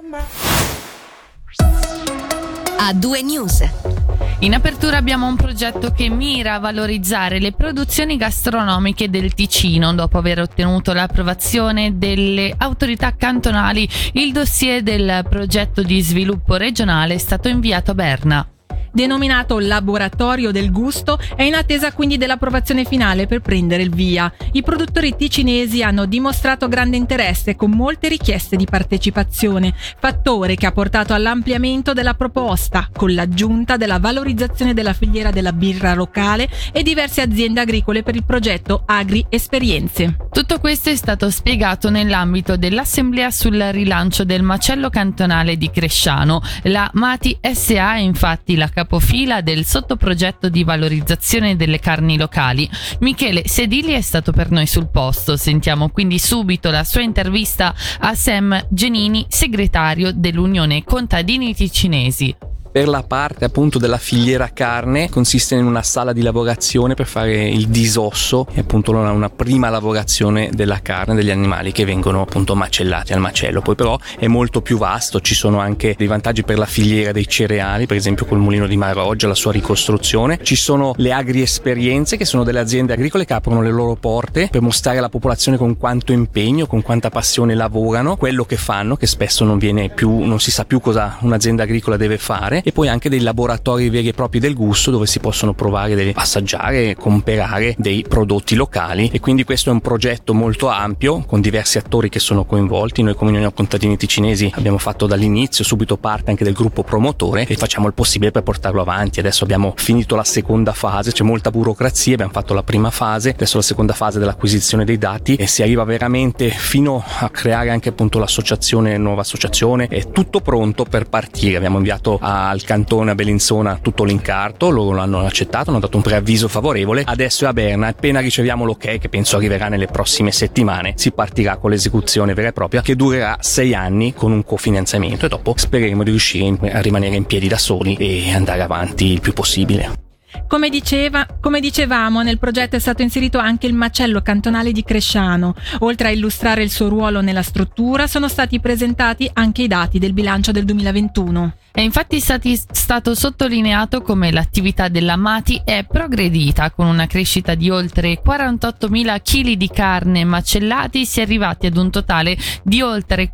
A2 News. In apertura abbiamo un progetto che mira a valorizzare le produzioni gastronomiche del Ticino. Dopo aver ottenuto l'approvazione delle autorità cantonali, il dossier del progetto di sviluppo regionale è stato inviato a Berna. Denominato Laboratorio del Gusto, è in attesa quindi dell'approvazione finale per prendere il via. I produttori ticinesi hanno dimostrato grande interesse con molte richieste di partecipazione, fattore che ha portato all'ampliamento della proposta, con l'aggiunta della valorizzazione della filiera della birra locale e diverse aziende agricole per il progetto Agri Esperienze. Tutto questo è stato spiegato nell'ambito dell'assemblea sul rilancio del macello cantonale di Cresciano. La Mati SA è infatti la capofila del sottoprogetto di valorizzazione delle carni locali. Michele Sedili è stato per noi sul posto. Sentiamo quindi subito la sua intervista a Sam Genini, segretario dell'Unione Contadini Ticinesi. Per la parte appunto della filiera carne consiste in una sala di lavorazione per fare il disosso e appunto una prima lavorazione della carne degli animali che vengono appunto macellati al macello. Poi però è molto più vasto, ci sono anche dei vantaggi per la filiera dei cereali, per esempio col mulino di Maroggia, la sua ricostruzione. Ci sono le agri esperienze, che sono delle aziende agricole che aprono le loro porte per mostrare alla popolazione con quanto impegno, con quanta passione lavorano, quello che fanno, che spesso non si sa più cosa un'azienda agricola deve fare. E poi anche dei laboratori veri e propri del gusto dove si possono provare, assaggiare, comprare dei prodotti locali, e quindi questo è un progetto molto ampio con diversi attori che sono coinvolti. Noi come Unione Contadini Ticinesi abbiamo fatto dall'inizio subito parte anche del gruppo promotore e facciamo il possibile per portarlo avanti. Adesso abbiamo finito la seconda fase, c'è molta burocrazia, abbiamo fatto la prima fase, adesso la seconda fase dell'acquisizione dei dati e si arriva veramente fino a creare anche appunto nuova associazione. È tutto pronto per partire. Abbiamo inviato al cantone, a Bellinzona, tutto l'incarto, loro l'hanno accettato, hanno dato un preavviso favorevole. Adesso è a Berna, appena riceviamo l'ok, che penso arriverà nelle prossime settimane, si partirà con l'esecuzione vera e propria che durerà 6 anni con un cofinanziamento e dopo speriamo di riuscire a rimanere in piedi da soli e andare avanti il più possibile. Come dicevamo, nel progetto è stato inserito anche il macello cantonale di Cresciano. Oltre a illustrare il suo ruolo nella struttura, sono stati presentati anche i dati del bilancio del 2021. È infatti stato sottolineato come l'attività della Mati è progredita. Con una crescita di oltre 48.000 kg di carne macellati si è arrivati ad un totale di oltre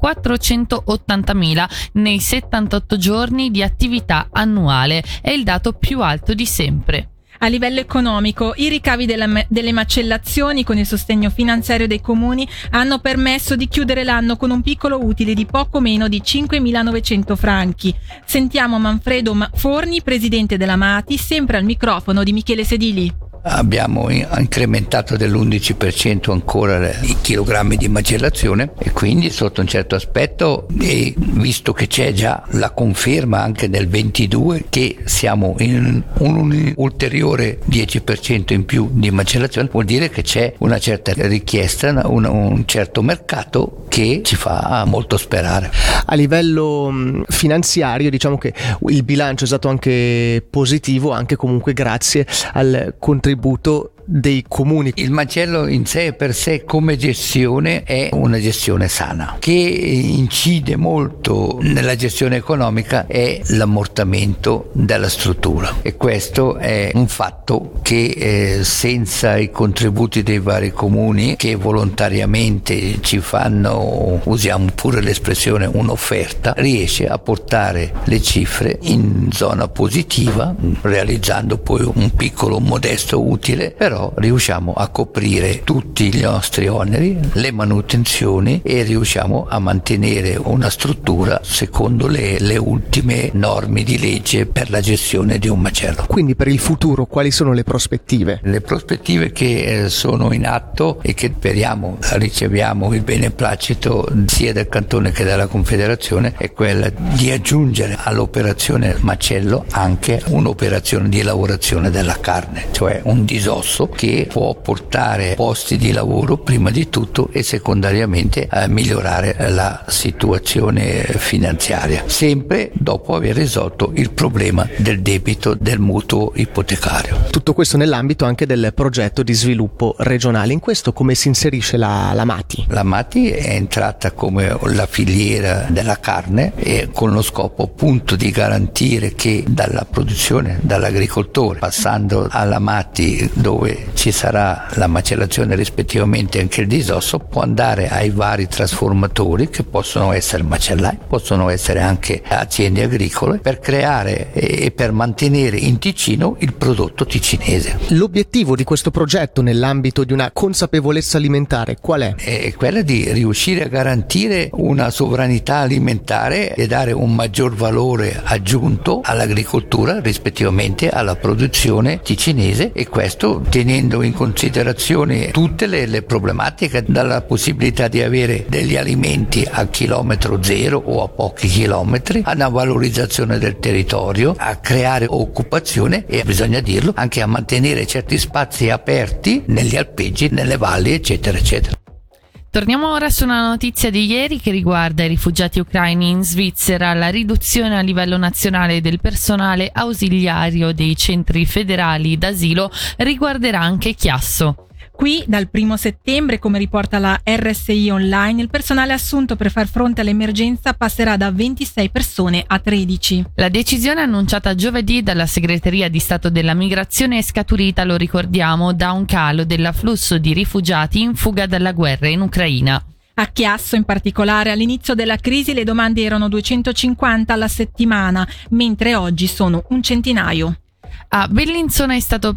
480.000 nei 78 giorni di attività annuale. È il dato più alto di sempre. A livello economico, i ricavi delle macellazioni con il sostegno finanziario dei comuni hanno permesso di chiudere l'anno con un piccolo utile di poco meno di 5.900 franchi. Sentiamo Manfredo Forni, presidente della Mati, sempre al microfono di Michele Sedili. Abbiamo incrementato dell'11% ancora i chilogrammi di macellazione e quindi sotto un certo aspetto, e visto che c'è già la conferma anche nel 22 che siamo in un ulteriore 10% in più di macellazione, vuol dire che c'è una certa richiesta, un certo mercato che ci fa molto sperare. A livello finanziario diciamo che il bilancio è stato anche positivo, anche comunque grazie al contributo dei comuni. Il macello in sé per sé come gestione è una gestione sana. Che incide molto nella gestione economica è l'ammortamento della struttura, e questo è un fatto che senza i contributi dei vari comuni che volontariamente ci fanno, usiamo pure l'espressione, un'offerta, riesce a portare le cifre in zona positiva, realizzando poi un piccolo modesto utile, però riusciamo a coprire tutti i nostri oneri, le manutenzioni, e riusciamo a mantenere una struttura secondo le ultime norme di legge per la gestione di un macello. Quindi per il futuro quali sono le prospettive? Le prospettive che sono in atto e che speriamo riceviamo il beneplacito sia del cantone che della Confederazione è quella di aggiungere all'operazione macello anche un'operazione di lavorazione della carne, cioè un disosso prodotto che può portare posti di lavoro prima di tutto e secondariamente a migliorare la situazione finanziaria, sempre dopo aver risolto il problema del debito del mutuo ipotecario. Tutto questo nell'ambito anche del progetto di sviluppo regionale. In questo come si inserisce la Mati? La Mati è entrata come la filiera della carne e con lo scopo appunto di garantire che dalla produzione, dall'agricoltore, passando alla Mati dove ci sarà la macellazione rispettivamente anche il disosso, può andare ai vari trasformatori che possono essere macellai, possono essere anche aziende agricole, per creare e per mantenere in Ticino il prodotto ticinese. L'obiettivo di questo progetto nell'ambito di una consapevolezza alimentare qual è? È quella di riuscire a garantire una sovranità alimentare e dare un maggior valore aggiunto all'agricoltura rispettivamente alla produzione ticinese, e questo tenendo in considerazione tutte le problematiche, dalla possibilità di avere degli alimenti a chilometro zero o a pochi chilometri, alla valorizzazione del territorio, a creare occupazione e, bisogna dirlo, anche a mantenere certi spazi aperti negli alpeggi, nelle valli, eccetera eccetera. Torniamo ora su una notizia di ieri che riguarda i rifugiati ucraini in Svizzera. La riduzione a livello nazionale del personale ausiliario dei centri federali d'asilo riguarderà anche Chiasso. Qui, dal 1 settembre, come riporta la RSI Online, il personale assunto per far fronte all'emergenza passerà da 26 persone a 13. La decisione annunciata giovedì dalla Segreteria di Stato della Migrazione è scaturita, lo ricordiamo, da un calo dell'afflusso di rifugiati in fuga dalla guerra in Ucraina. A Chiasso, in particolare, all'inizio della crisi le domande erano 250 alla settimana, mentre oggi sono un centinaio. A Bellinzona è stato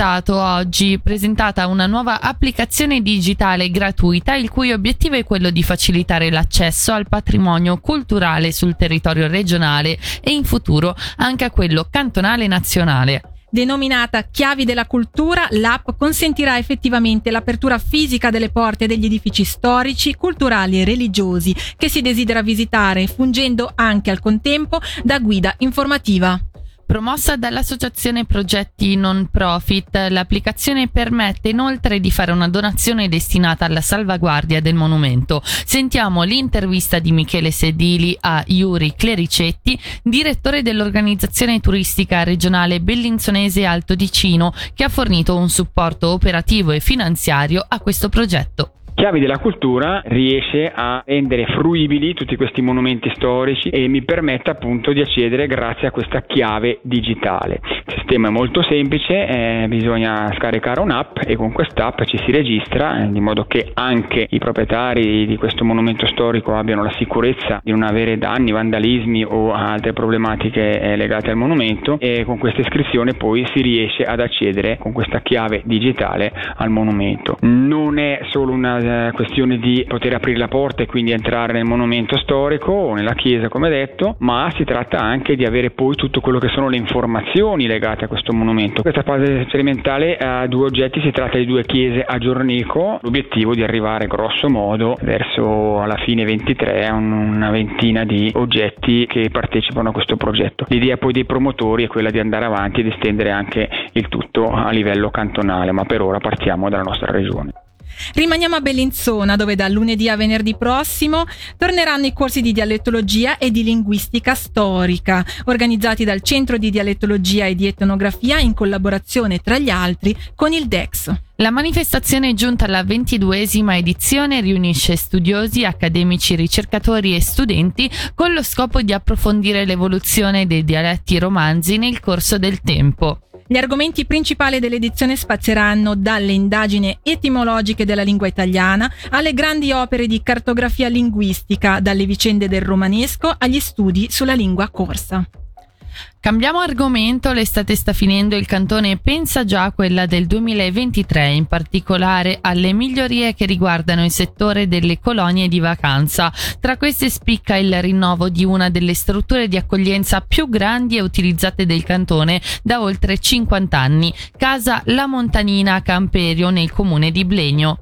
presentata una nuova applicazione digitale gratuita, il cui obiettivo è quello di facilitare l'accesso al patrimonio culturale sul territorio regionale e in futuro anche a quello cantonale e nazionale. Denominata Chiavi della Cultura, l'app consentirà effettivamente l'apertura fisica delle porte degli edifici storici, culturali e religiosi che si desidera visitare, fungendo anche al contempo da guida informativa. Promossa dall'associazione Progetti Non Profit, l'applicazione permette inoltre di fare una donazione destinata alla salvaguardia del monumento. Sentiamo l'intervista di Michele Sedili a Yuri Clericetti, direttore dell'organizzazione turistica regionale bellinzonese Alto Ticino, che ha fornito un supporto operativo e finanziario a questo progetto. Chiavi della Cultura riesce a rendere fruibili tutti questi monumenti storici e mi permette appunto di accedere grazie a questa chiave digitale. Il sistema è molto semplice, bisogna scaricare un'app e con quest'app ci si registra di modo che anche i proprietari di questo monumento storico abbiano la sicurezza di non avere danni, vandalismi o altre problematiche legate al monumento, e con questa iscrizione poi si riesce ad accedere con questa chiave digitale al monumento. Non è solo una questione di poter aprire la porta e quindi entrare nel monumento storico o nella chiesa, come detto, ma si tratta anche di avere poi tutto quello che sono le informazioni legate a questo monumento. Questa fase sperimentale ha due oggetti, si tratta di 2 chiese a Giornico, l'obiettivo di arrivare grosso modo verso alla fine 23 a una ventina di oggetti che partecipano a questo progetto. L'idea poi dei promotori è quella di andare avanti ed estendere anche il tutto a livello cantonale, ma per ora partiamo dalla nostra regione. Rimaniamo a Bellinzona, dove dal lunedì a venerdì prossimo torneranno i corsi di dialettologia e di linguistica storica, organizzati dal Centro di Dialettologia e di Etnografia in collaborazione, tra gli altri, con il DEX. La manifestazione è giunta alla 22esima edizione e riunisce studiosi, accademici, ricercatori e studenti con lo scopo di approfondire l'evoluzione dei dialetti romanzi nel corso del tempo. Gli argomenti principali dell'edizione spazieranno dalle indagini etimologiche della lingua italiana alle grandi opere di cartografia linguistica, dalle vicende del romanesco agli studi sulla lingua corsa. Cambiamo argomento, l'estate sta finendo e il cantone pensa già a quella del 2023, in particolare alle migliorie che riguardano il settore delle colonie di vacanza. Tra queste spicca il rinnovo di una delle strutture di accoglienza più grandi e utilizzate del cantone da oltre 50 anni, Casa La Montanina a Camperio nel comune di Blegno.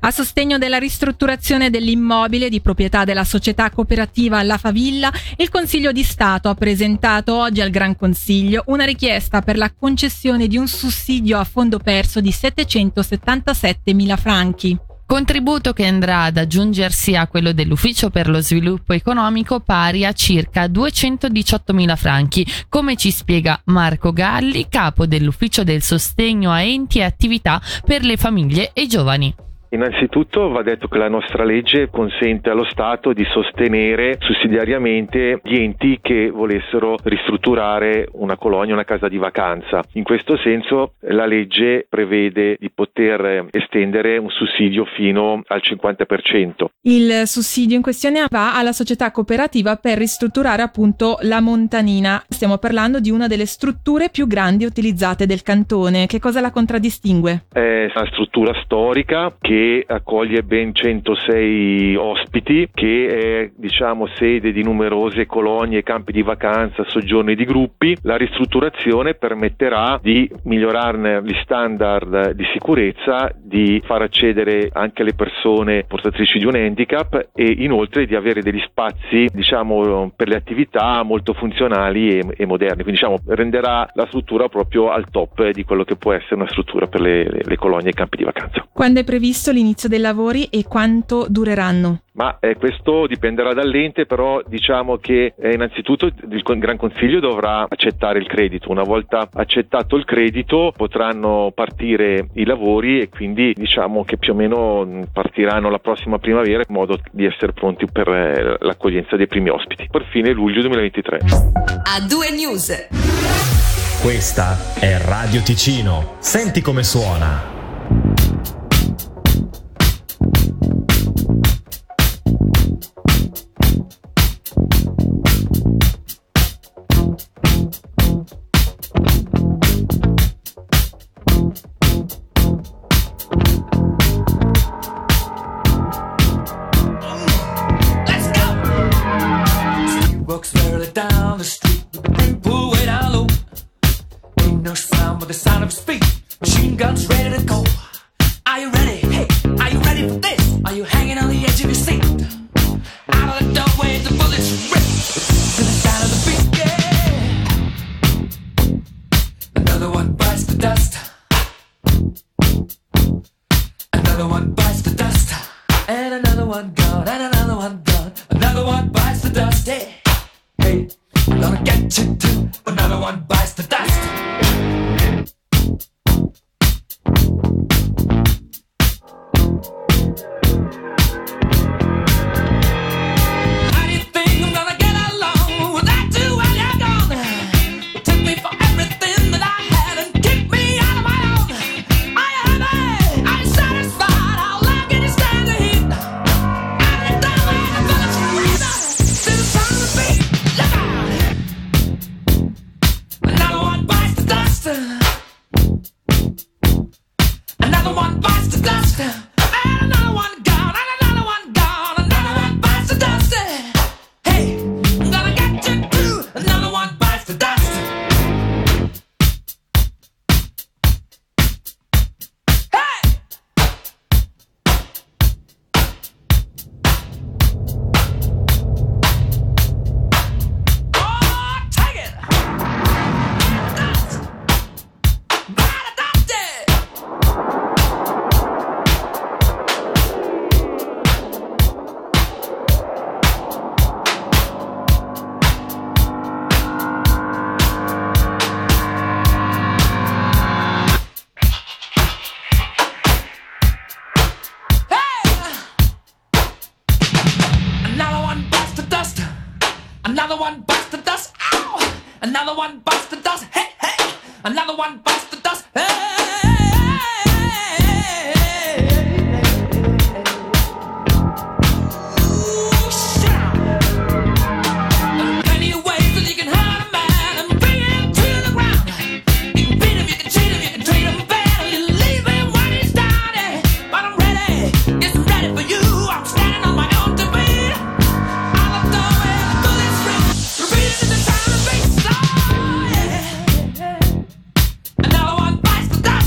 A sostegno della ristrutturazione dell'immobile di proprietà della società cooperativa La Favilla, il Consiglio di Stato ha presentato oggi al Gran Consiglio una richiesta per la concessione di un sussidio a fondo perso di 777.000 franchi. Contributo che andrà ad aggiungersi a quello dell'Ufficio per lo Sviluppo Economico, pari a circa 218.000 franchi, come ci spiega Marco Galli, capo dell'Ufficio del Sostegno a Enti e Attività per le Famiglie e i Giovani. Innanzitutto va detto che la nostra legge consente allo Stato di sostenere sussidiariamente gli enti che volessero ristrutturare una colonia, una casa di vacanza. In questo senso la legge prevede di poter estendere un sussidio fino al 50%. Il sussidio in questione va alla società cooperativa per ristrutturare appunto la Montanina. Stiamo parlando di una delle strutture più grandi utilizzate del cantone. Che cosa la contraddistingue? È una struttura storica che accoglie ben 106 ospiti, che è sede di numerose colonie, campi di vacanza, soggiorni di gruppi. La ristrutturazione permetterà di migliorarne gli standard di sicurezza, di far accedere anche le persone portatrici di un handicap e inoltre di avere degli spazi per le attività molto funzionali e moderni. Quindi renderà la struttura proprio al top di quello che può essere una struttura per le colonie e campi di vacanza. Quando è previsto l'inizio dei lavori e quanto dureranno? Ma questo dipenderà dall'ente, però diciamo che innanzitutto il Gran Consiglio dovrà accettare il credito. Una volta accettato il credito potranno partire i lavori e quindi diciamo che più o meno partiranno la prossima primavera in modo di essere pronti per l'accoglienza dei primi ospiti per fine luglio 2023. A2 News. Questa è Radio Ticino. Senti come suona. Another one bites the dust.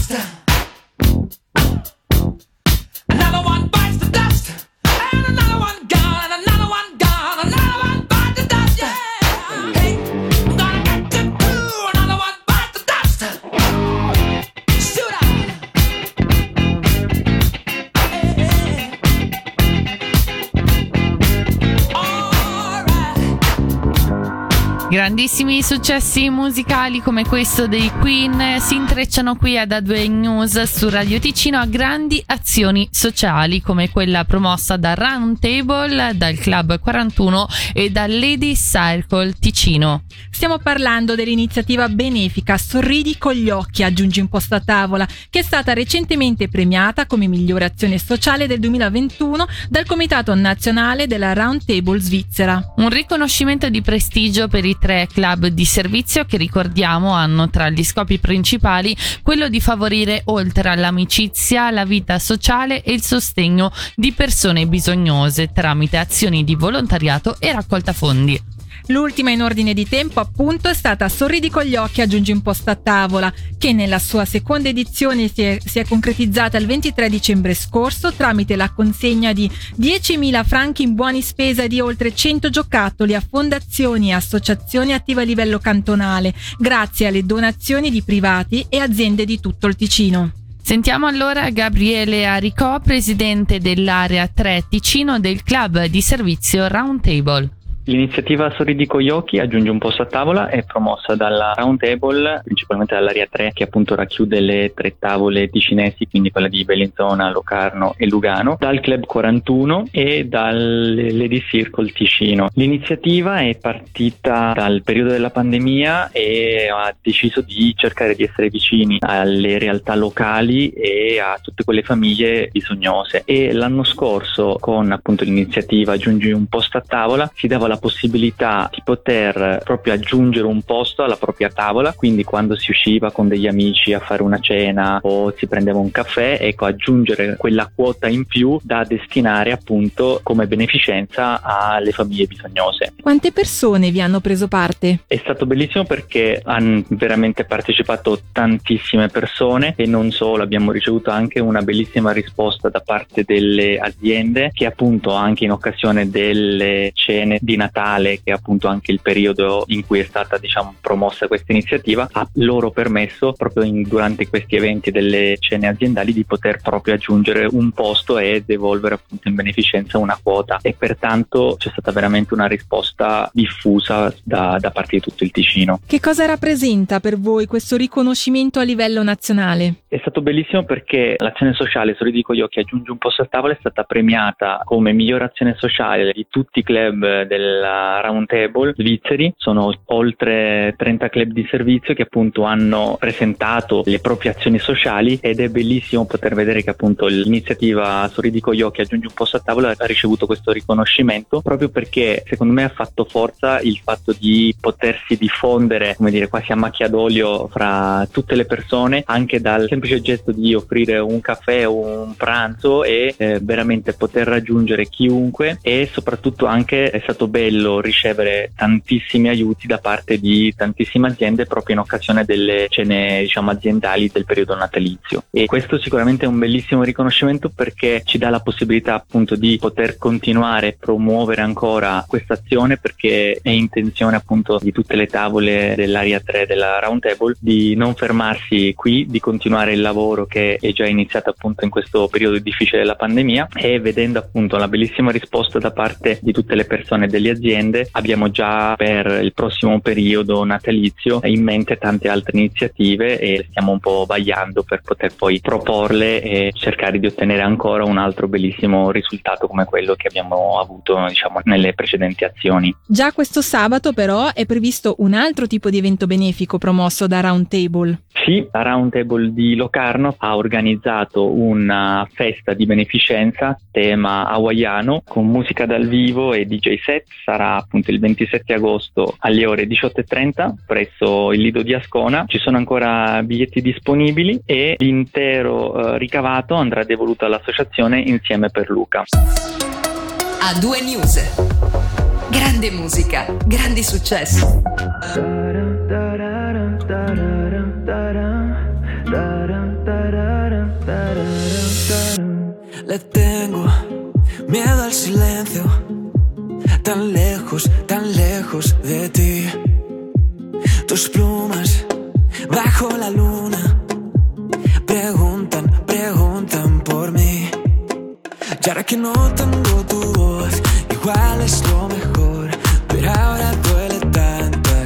Grandissimi successi musicali come questo dei Queen si intrecciano qui ad A2 News su Radio Ticino a grandi azioni sociali come quella promossa da Roundtable, dal Club 41 e dal Ladies Circle Ticino. Stiamo parlando dell'iniziativa benefica Sorridi con gli occhi, aggiungi un posto a tavola, che è stata recentemente premiata come migliore azione sociale del 2021 dal Comitato Nazionale della Roundtable Svizzera. Un riconoscimento di prestigio per i 3 club di servizio che, ricordiamo, hanno tra gli scopi principali quello di favorire, oltre all'amicizia, la vita sociale e il sostegno di persone bisognose tramite azioni di volontariato e raccolta fondi. L'ultima in ordine di tempo, appunto, è stata Sorridi con gli occhi, aggiungi un posto a tavola, che nella sua seconda edizione si è concretizzata il 23 dicembre scorso tramite la consegna di 10.000 franchi in buoni spesa e di oltre 100 giocattoli a fondazioni e associazioni attive a livello cantonale, grazie alle donazioni di privati e aziende di tutto il Ticino. Sentiamo allora Gabriele Aricò, presidente dell'area 3 Ticino del club di servizio Roundtable. L'iniziativa Sorridi con gli occhi, aggiunge un posto a tavola, è promossa dalla Roundtable, principalmente dall'area 3, che appunto racchiude le 3 tavole ticinesi, quindi quella di Bellinzona, Locarno e Lugano, dal Club 41 e dal Ladies Circle Ticino. L'iniziativa è partita dal periodo della pandemia e ha deciso di cercare di essere vicini alle realtà locali e a tutte quelle famiglie bisognose, e l'anno scorso con appunto l'iniziativa Aggiungi un posto a tavola si dava la possibilità di poter proprio aggiungere un posto alla propria tavola, quindi quando si usciva con degli amici a fare una cena o si prendeva un caffè, ecco, aggiungere quella quota in più da destinare appunto come beneficenza alle famiglie bisognose. Quante persone vi hanno preso parte? È stato bellissimo perché hanno veramente partecipato tantissime persone, e non solo, abbiamo ricevuto anche una bellissima risposta da parte delle aziende che appunto anche in occasione delle cene di Natale, che è appunto anche il periodo in cui è stata promossa questa iniziativa, ha loro permesso proprio durante questi eventi delle cene aziendali di poter proprio aggiungere un posto e devolvere appunto in beneficenza una quota, e pertanto c'è stata veramente una risposta diffusa da parte di tutto il Ticino. Che cosa rappresenta per voi questo riconoscimento a livello nazionale? È stato bellissimo perché l'azione sociale Sorridi con gli occhi, aggiungi un posto a tavola è stata premiata come migliore azione sociale di tutti i club della Roundtable svizzeri. Sono oltre 30 club di servizio che appunto hanno presentato le proprie azioni sociali, ed è bellissimo poter vedere che appunto l'iniziativa Sorridi con gli occhi, aggiungi un posto a tavola ha ricevuto questo riconoscimento, proprio perché secondo me ha fatto forza il fatto di potersi diffondere, come dire, quasi a macchia d'olio fra tutte le persone, anche dal semplice gesto di offrire un caffè o un pranzo, e veramente poter raggiungere chiunque. E soprattutto anche è stato bello ricevere tantissimi aiuti da parte di tantissime aziende proprio in occasione delle cene aziendali del periodo natalizio, e questo sicuramente è un bellissimo riconoscimento perché ci dà la possibilità appunto di poter continuare a promuovere ancora questa azione, perché è intenzione appunto di tutte le tavole dell'area 3 della Roundtable di non fermarsi qui, di continuare il lavoro che è già iniziato appunto in questo periodo difficile della pandemia, e vedendo appunto la bellissima risposta da parte di tutte le persone e delle aziende, abbiamo già per il prossimo periodo natalizio in mente tante altre iniziative, e stiamo un po' vagliando per poter poi proporle e cercare di ottenere ancora un altro bellissimo risultato come quello che abbiamo avuto nelle precedenti azioni. Già questo sabato però è previsto un altro tipo di evento benefico promosso da Roundtable. Sì, la Roundtable di Locarno ha organizzato una festa di beneficenza tema hawaiano con musica dal vivo e DJ set. Sarà appunto il 27 agosto alle ore 18:30 presso il Lido di Ascona. Ci sono ancora biglietti disponibili e l'intero ricavato andrà devoluto all'associazione Insieme per Luca. A2 News. Grande musica, grandi successi. Le tengo miedo al silencio, tan lejos de ti. Tus plumas bajo la luna preguntan por mí. Y ahora que no tengo tu voz, igual es lo mejor, pero ahora duele tanto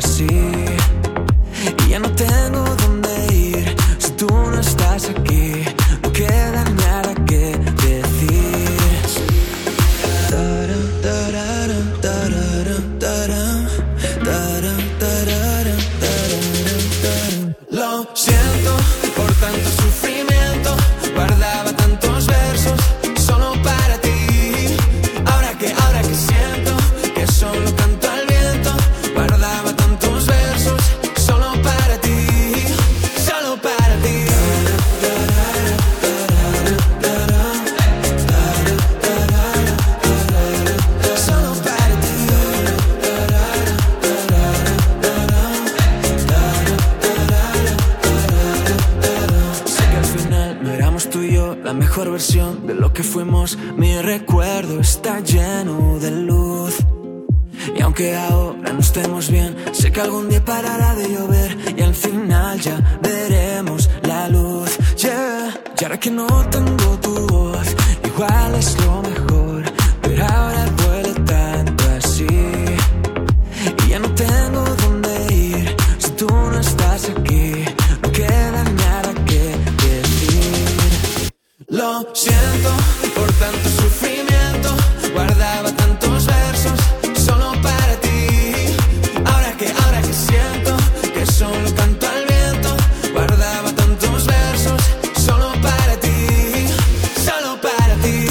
mejor versión de lo que fuimos. Mi recuerdo está lleno de luz. Y aunque ahora no estemos bien, sé que algún día parará de llover y al final ya veremos la luz. Yeah. Y ahora que no tengo tu voz, igual es lo mejor, pero ahora duele tanto así. Y ya no tengo dónde ir si tú no estás aquí. No queda nada que decir. Lo siento por tanto sufrimiento. Guardaba tantos versos solo para ti. Ahora que siento que solo canto al viento. Guardaba tantos versos solo para ti. Solo para ti.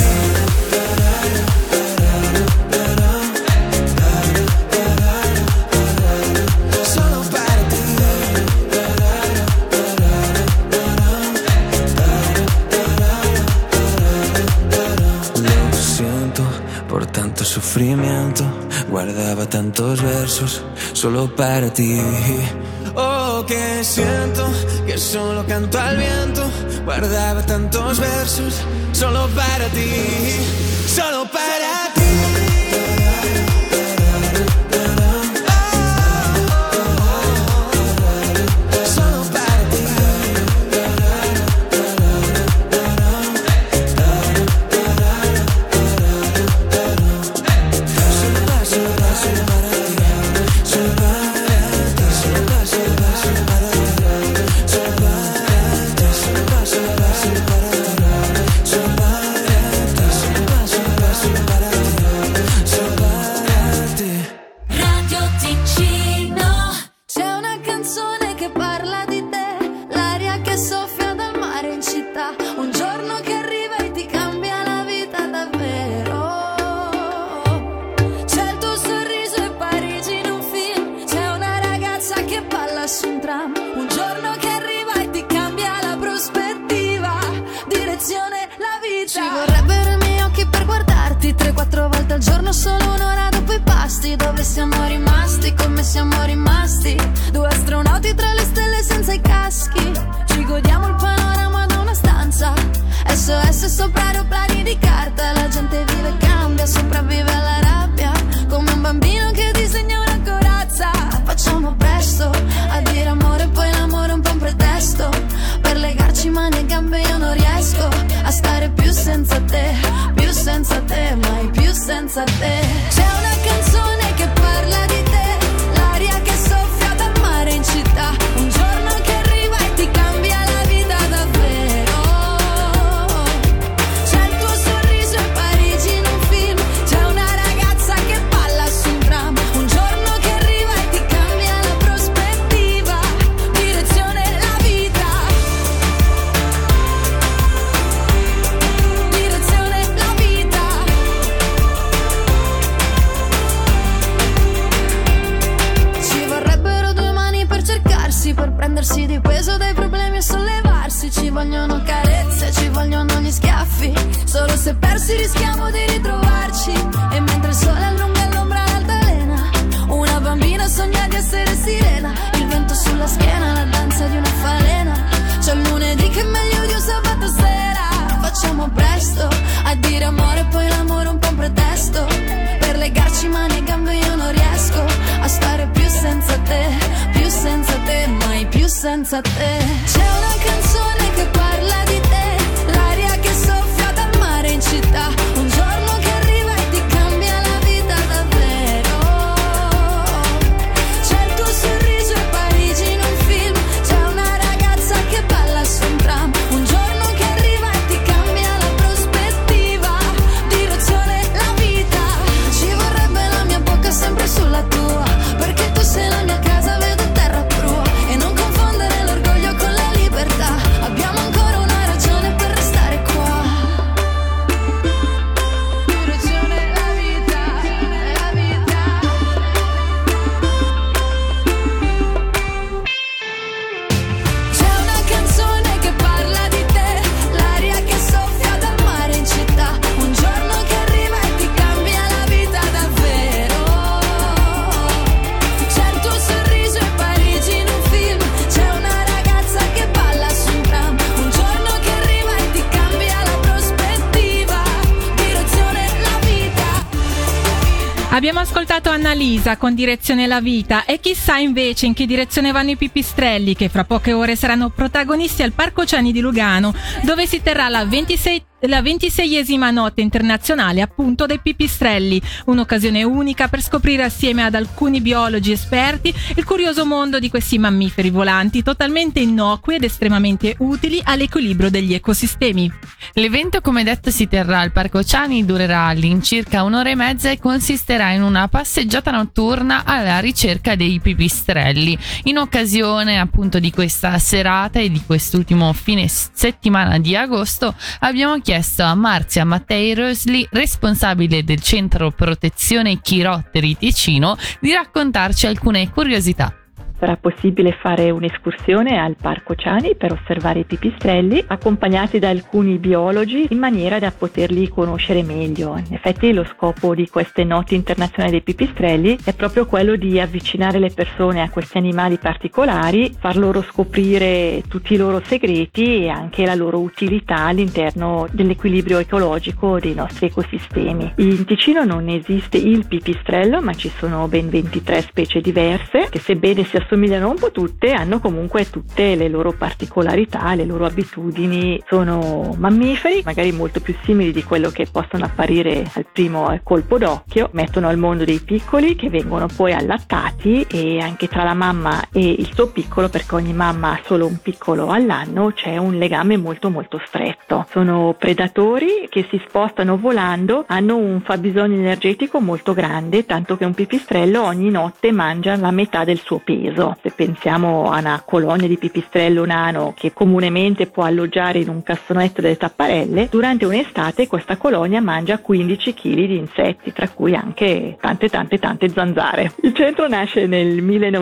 Solo para ti. Lo siento por tanto sufrimiento. Guardaba tantos versos solo para ti. Oh, que siento que solo canto al viento. Guardaba tantos versos solo para ti. Solo para ti. Solo para ti. Radio Ticino. C'è una canzone che parla di te, l'aria che soffia dal mare in città, un giorno che arriva e ti cambia la vita davvero. C'è il tuo sorriso e Parigi in un film, c'è una ragazza che balla su un tram, un giorno che arriva e ti cambia la prospettiva, direzione la vita. Ci vorrebbero i miei occhi per guardarti 3-4 volte al giorno, solo un'ora dopo i pasti. Dove siamo rimasti, come siamo rimasti, due astronauti tra le stelle senza i caschi. Ci godiamo il panorama da una stanza, SOS sopra aeroplani di carta. La gente vive e cambia, sopravvive alla rabbia, come un bambino che disegna una corazza. Facciamo presto a dire amore, poi l'amore è un po' un pretesto per legarci mani e gambe. Io non riesco a stare più senza te, mai più senza te. C'è una canzone che parla di te, l'aria che soffia dal mare in città, un giorno che arriva e ti cambia la vita davvero. C'è il tuo sorriso e Parigi in un film, c'è una ragazza che balla su un tram, un giorno che arriva e ti cambia la prospettiva, direzione la vita. Direzione la vita. Ci vorrebbero due mani per cercarsi, per prendersi di peso dai problemi e sollevarsi. Ci vogliono carezze, ci vogliono gli schiaffi, solo se persi rischiamo di ritrovarci. E mentre il sole allunga l'ombra all'altalena, una bambina sogna di essere sirena, il vento sulla schiena, la danza di una falena. C'è il lunedì che è meglio di un sabato sera. Facciamo presto a dire amore, poi l'amore è un po' un pretesto per legarci mani e gambe. Io non riesco a stare più senza te, mai più senza te. C'è una canzone che parla di te, l'aria che soffia dal mare in città, un giorno che arriva e ti cambia la vita davvero. C'è il tuo sorriso e Parigi in un film, c'è una ragazza che balla su un tram, un giorno che arriva e ti cambia la prospettiva, direzione la vita. Ci vorrebbe la mia bocca sempre sulla tua, perché tu sei la mia casa, vedo terra prua. E non confondere l'orgoglio con la libertà, abbiamo ancora Abbiamo ascoltato Annalisa con Direzione la Vita e chissà invece in che direzione vanno i pipistrelli, che fra poche ore saranno protagonisti al Parco Oceani di Lugano, dove si terrà la 26esima notte internazionale appunto dei pipistrelli, un'occasione unica per scoprire assieme ad alcuni biologi esperti il curioso mondo di questi mammiferi volanti totalmente innocui ed estremamente utili all'equilibrio degli ecosistemi. L'evento, come detto, si terrà al Parco Oceani, durerà all'incirca 1 ora e mezza e consisterà in una passeggiata notturna alla ricerca dei pipistrelli. In occasione appunto di questa serata e di quest'ultimo fine settimana di agosto abbiamo chiesto a Marzia Mattei Rosli, responsabile del Centro Protezione Chirotteri Ticino, di raccontarci alcune curiosità. Sarà possibile fare un'escursione al Parco Oceani per osservare i pipistrelli, accompagnati da alcuni biologi in maniera da poterli conoscere meglio. In effetti lo scopo di queste notti internazionali dei pipistrelli è proprio quello di avvicinare le persone a questi animali particolari, far loro scoprire tutti i loro segreti e anche la loro utilità all'interno dell'equilibrio ecologico dei nostri ecosistemi. In Ticino non esiste il pipistrello, ma ci sono ben 23 specie diverse che, sebbene si assomigliano un po' tutte, hanno comunque tutte le loro particolarità, le loro abitudini. Sono mammiferi, magari molto più simili di quello che possono apparire al primo colpo d'occhio. Mettono al mondo dei piccoli che vengono poi allattati, e anche tra la mamma e il suo piccolo, perché ogni mamma ha solo un piccolo all'anno, c'è un legame molto molto stretto. Sono predatori che si spostano volando, hanno un fabbisogno energetico molto grande, tanto che un pipistrello ogni notte mangia la metà del suo peso. Se pensiamo a una colonia di pipistrello nano che comunemente può alloggiare in un cassonetto delle tapparelle, durante un'estate questa colonia mangia 15 kg di insetti, tra cui anche tante zanzare. Il centro nasce nel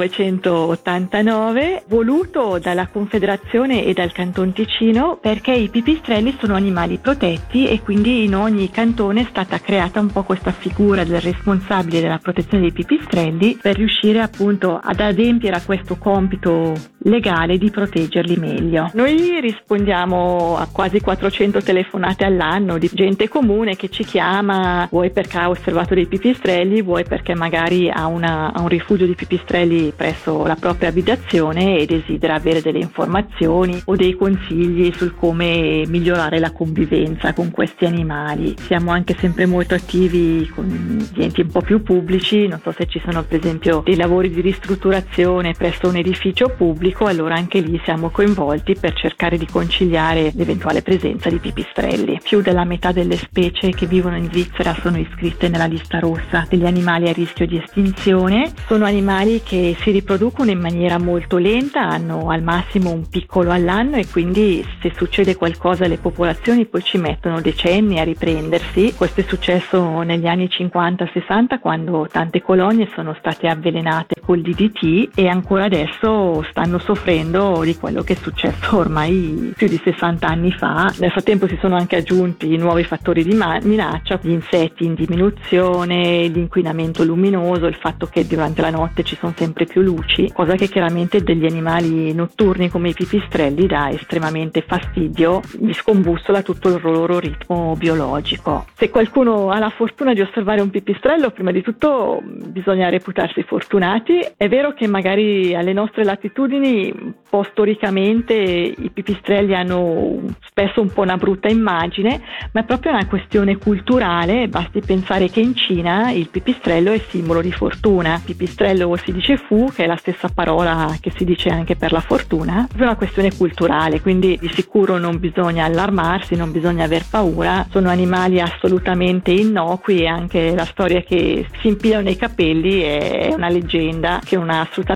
1989, voluto dalla Confederazione e dal Canton Ticino, perché i pipistrelli sono animali protetti e quindi in ogni cantone è stata creata un po' questa figura del responsabile della protezione dei pipistrelli, per riuscire appunto ad adempiere a questo compito legale di proteggerli meglio. Noi rispondiamo a quasi 400 telefonate all'anno di gente comune che ci chiama, vuoi perché ha osservato dei pipistrelli, vuoi perché magari ha un rifugio di pipistrelli presso la propria abitazione e desidera avere delle informazioni o dei consigli sul come migliorare la convivenza con questi animali. Siamo anche sempre molto attivi con gli enti un po' più pubblici, non so se ci sono per esempio dei lavori di ristrutturazione presso un edificio pubblico, allora anche lì siamo coinvolti per cercare di conciliare l'eventuale presenza di pipistrelli. Più della metà delle specie che vivono in Svizzera sono iscritte nella lista rossa degli animali a rischio di estinzione. Sono animali che si riproducono in maniera molto lenta, hanno al massimo un piccolo all'anno e quindi se succede qualcosa alle popolazioni poi ci mettono decenni a riprendersi. Questo è successo negli anni 50-60, quando tante colonie sono state avvelenate col DDT e ancora adesso stanno soffrendo di quello che è successo ormai più di 60 anni fa. Nel frattempo si sono anche aggiunti nuovi fattori di minaccia, gli insetti in diminuzione, l'inquinamento luminoso, il fatto che durante la notte ci sono sempre più luci, cosa che chiaramente degli animali notturni come i pipistrelli dà estremamente fastidio, gli scombussola tutto il loro ritmo biologico. Se qualcuno ha la fortuna di osservare un pipistrello, prima di tutto bisogna reputarsi fortunati. È vero che magari alle nostre latitudini, un po' storicamente, i pipistrelli hanno spesso un po' una brutta immagine, ma è proprio una questione culturale. Basti pensare che in Cina il pipistrello è simbolo di fortuna. Pipistrello si dice fu, che è la stessa parola che si dice anche per la fortuna. È una questione culturale, quindi di sicuro non bisogna allarmarsi, non bisogna aver paura. Sono animali assolutamente innocui e anche la storia che si impilano nei capelli è una leggenda che non ha assolutamente